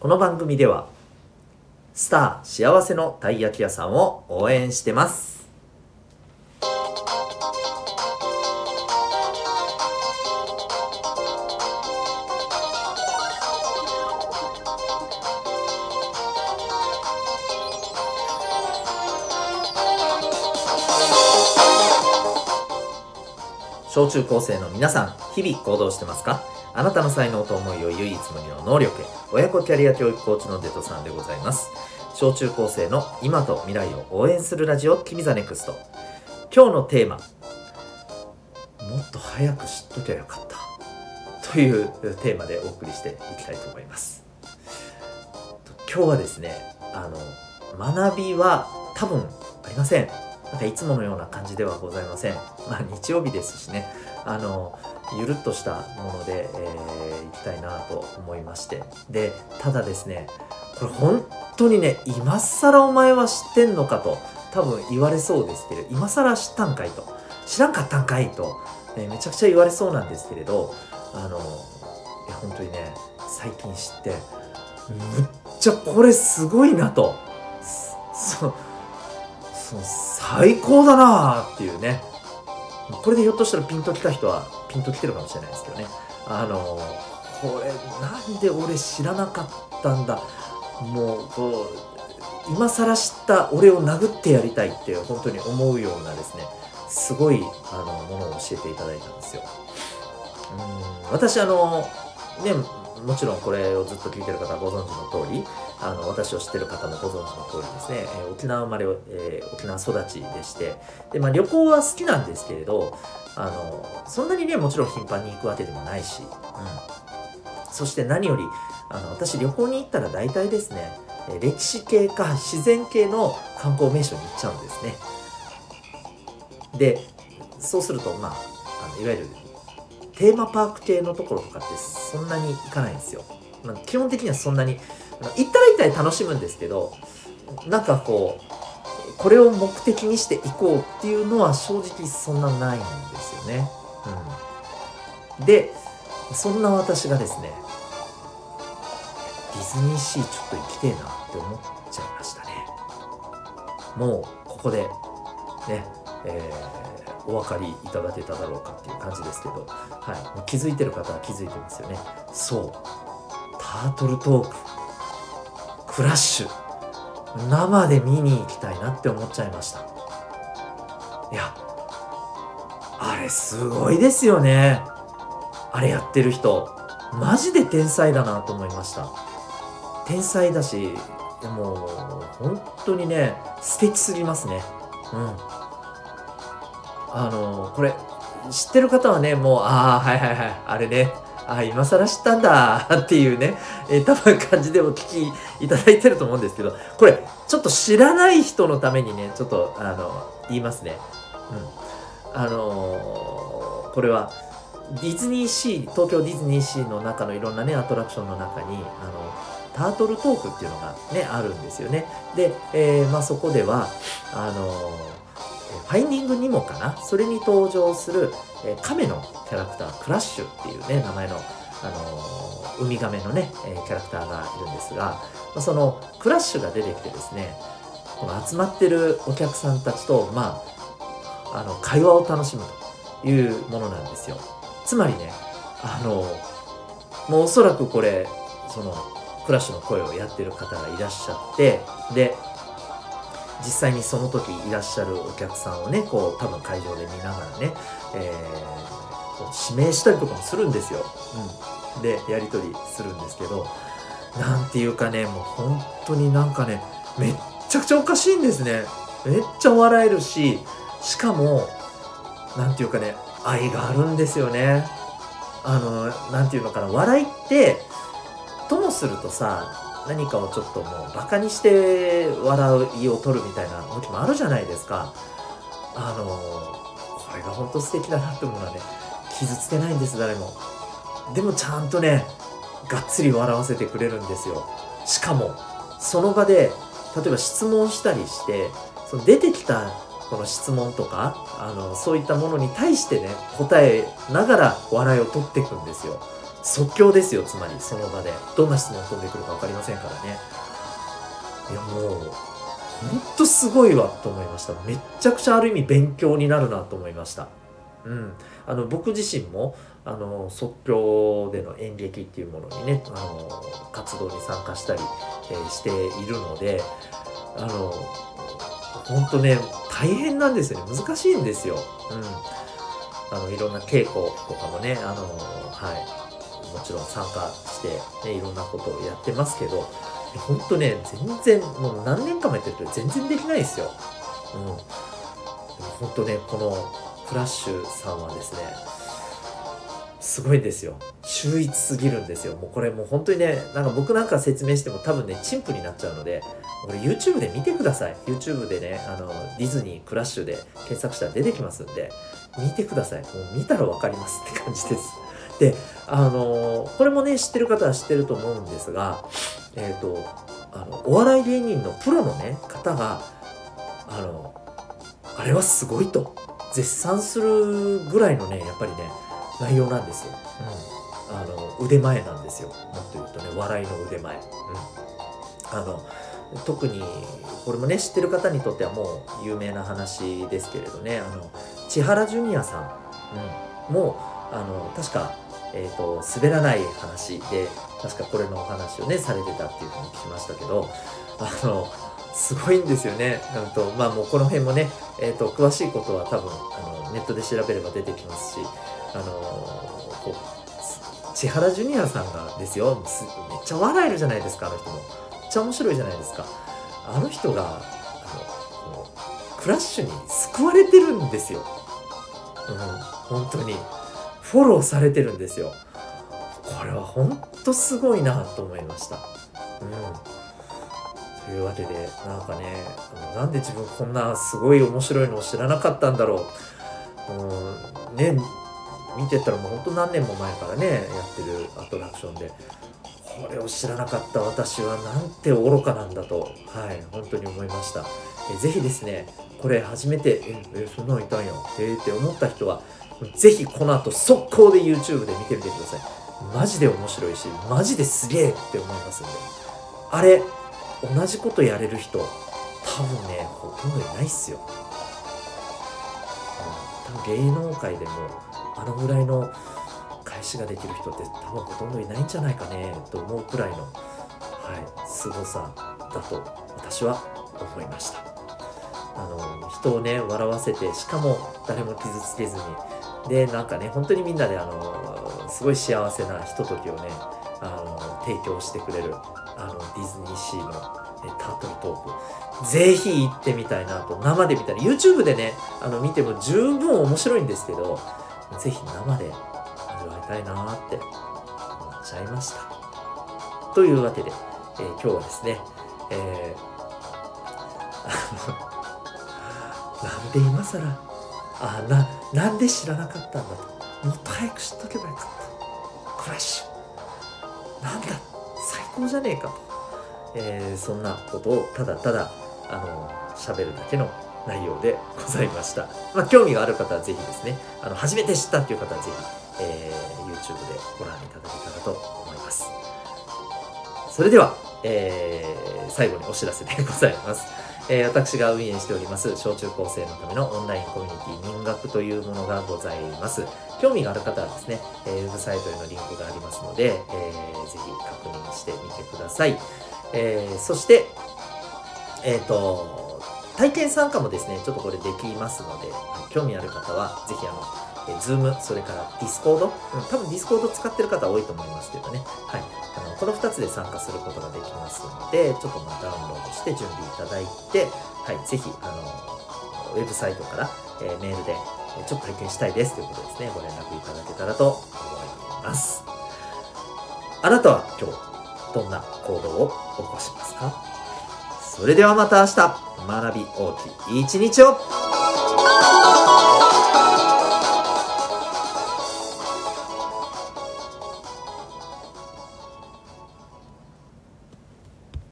この番組ではスター幸せのたい焼き屋さんを応援してます。小中高生の皆さん、日々行動してますか？あなたの才能と思いを唯一無二の能力へ、親子キャリア教育コーチのデトさんでございます。小中高生の今と未来を応援するラジオ、君ザネクスト。今日のテーマ、もっと早く知っときゃよかったというテーマでお送りしていきたいと思います。今日はですね、学びは多分ありません。なんかいつものような感じではございません。日曜日ですしね、ゆるっとしたもので、いきたいなと思いまして。で、ただですね、これ本当にね、今更お前は知ってんのかと多分言われそうですけれど、今更知ったんかいと、知らんかったんかいと、めちゃくちゃ言われそうなんですけれど、いや本当にね、最近知ってむっちゃこれすごいなと、最高だなっていうね。これでひょっとしたらピンときた人はピンときてるかもしれないですけどね。これなんで俺知らなかったんだ、もうこう今更知った俺を殴ってやりたいって本当に思うようなですね、すごいものを教えていただいたんですよ。私もちろんこれをずっと聞いてる方はご存知の通り、私を知ってる方もご存知の通りですね、沖縄生まれ、沖縄育ちでして、で、旅行は好きなんですけれど、そんなにね、もちろん頻繁に行くわけでもないし、そして何より、私旅行に行ったら大体ですね、歴史系か自然系の観光名所に行っちゃうんですね。で、そうすると、いわゆるテーマパーク系のところとかってそんなに行かないんですよ。基本的にはそんなに行ったら行ったら楽しむんですけど、なんかこれを目的にして行こうっていうのは正直そんなないんですよね。で、そんな私がですね、ディズニーシーちょっと行きてえなって思っちゃいましたね。もうここでね、お分かりいただけただろうかっていう感じですけど、気づいてる方は気づいてますよね。そう、タートルトーククラッシュ生で見に行きたいなって思っちゃいました。いや、あれすごいですよね。あれやってる人マジで天才だなと思いました。天才だし、もう本当にね、素敵すぎますね。これ知ってる方はね、もうはいあれね、今更知ったんだっていうね、多分感じでお聞きいただいてると思うんですけど、これちょっと知らない人のためにね、ちょっと言いますね。これはディズニーシー、東京ディズニーシーの中のいろんなねアトラクションの中にタートルトークっていうのがねあるんですよね。で、そこではファインディングニモかな、それに登場する、亀のキャラクタークラッシュっていうね名前の、ウミガメのね、キャラクターがいるんですが、そのクラッシュが出てきてですね、この集まってるお客さんたちと会話を楽しむというものなんですよ。つまりね、もうおそらくこれそのクラッシュの声をやってる方がいらっしゃって、で実際にその時いらっしゃるお客さんをね、こう多分会場で見ながらね、こう指名したりとかもするんですよ。でやり取りするんですけど、なんていうかね、もう本当になんかね、めっちゃくちゃおかしいんですね。めっちゃ笑えるし、しかもなんていうかね、愛があるんですよね。なんていうのかな、笑いってともするとさ、何かをちょっともうバカにして笑いを取るみたいな時もあるじゃないですか。これが本当素敵だなって思うのはね、傷つけないんです、誰も。でもちゃんとね、がっつり笑わせてくれるんですよ。しかもその場で例えば質問したりして、その出てきたこの質問とかそういったものに対してね、答えながら笑いを取っていくんですよ。 即興ですよ。つまりその場でどんな質問飛んでくるか分かりませんからね。いやもうほんとすごいわと思いました。めっちゃくちゃある意味勉強になるなと思いました。僕自身も即興での演劇っていうものにね活動に参加したり、しているので本当ね大変なんですよね。難しいんですよ。いろんな稽古とかもねもちろん参加して、ね、いろんなことをやってますけど、本当ね全然もう何年間もやってると全然できないですよ。本当ねこのフラッシュさんはですねすごいんですよ。秀逸すぎるんですよ。もうこれもう本当にねなんか僕なんか説明しても多分ね陳腐になっちゃうので、これ YouTube で見てください。 YouTube でねディズニークラッシュで検索したら出てきますんで見てください。もう見たら分かりますって感じです。でこれもね知ってる方は知ってると思うんですがお笑い芸人のプロのね方があれはすごいと絶賛するぐらいのねやっぱりね内容なんですよ。腕前なんですよ。もっと言うとね笑いの腕前。特にこれもね知ってる方にとってはもう有名な話ですけれどね千原ジュニアさん、も確か、滑らない話で確かこれのお話をねされてたっていうふうに聞きましたけどすごいんですよね。もうこの辺もね、詳しいことは多分ネットで調べれば出てきますし千原ジュニアさんがですよめっちゃ笑えるじゃないですか。人もめっちゃ面白いじゃないですか。の人がクラッシュに救われてるんですよ。本当にフォローされてるんですよ。これは本当すごいなと思いました。というわけでなんかねなんで自分こんなすごい面白いのを知らなかったんだろう。ね見てたらもうほんと何年も前からねやってるアトラクションでこれを知らなかった私はなんて愚かなんだと本当に思いました。ぜひですねこれ初めてそんなのいたんやって思った人はぜひこの後速攻で YouTube で見てみてください。マジで面白いしマジですげえって思いますんで、あれ同じことやれる人多分ねほとんどいないっすよ。多分芸能界でもあのぐらいの返しができる人って多分ほとんどいないんじゃないかねと思うくらいの凄さだと私は思いました。人をね笑わせてしかも誰も傷つけずにでなんかね本当にみんなですごい幸せなひとときをね提供してくれるディズニーシーの、タートルトークぜひ行ってみたいなと。生で見たり YouTube でね見ても十分面白いんですけどぜひ生で味わいたいなーって思っちゃいました。というわけで、今日はですね、なんで今更なんで知らなかったんだと。もっと早く知っとけばよかった。クラッシュなんだ最高じゃねえかと、そんなことをただただ喋るだけの内容でございました。興味がある方はぜひですね初めて知ったっていう方はぜひ、YouTube でご覧いただけたらと思います。それでは、最後にお知らせでございます。私が運営しております小中高生のためのオンラインコミュニティ民学というものがございます。興味がある方はですね、ウェブサイトへのリンクがありますので、ぜひ確認してみてください。そして体験参加もですねちょっとこれできますので興味ある方はぜひZoom それから Discord、多分 Discord 使ってる方多いと思いますけどね、この2つで参加することができますのでちょっとダウンロードして準備いただいて、ぜひウェブサイトから、メールでちょっと体験したいですということですねご連絡いただけたらと思います。あなたは今日どんな行動を起こしますか？それではまた明日学び大きい一日を。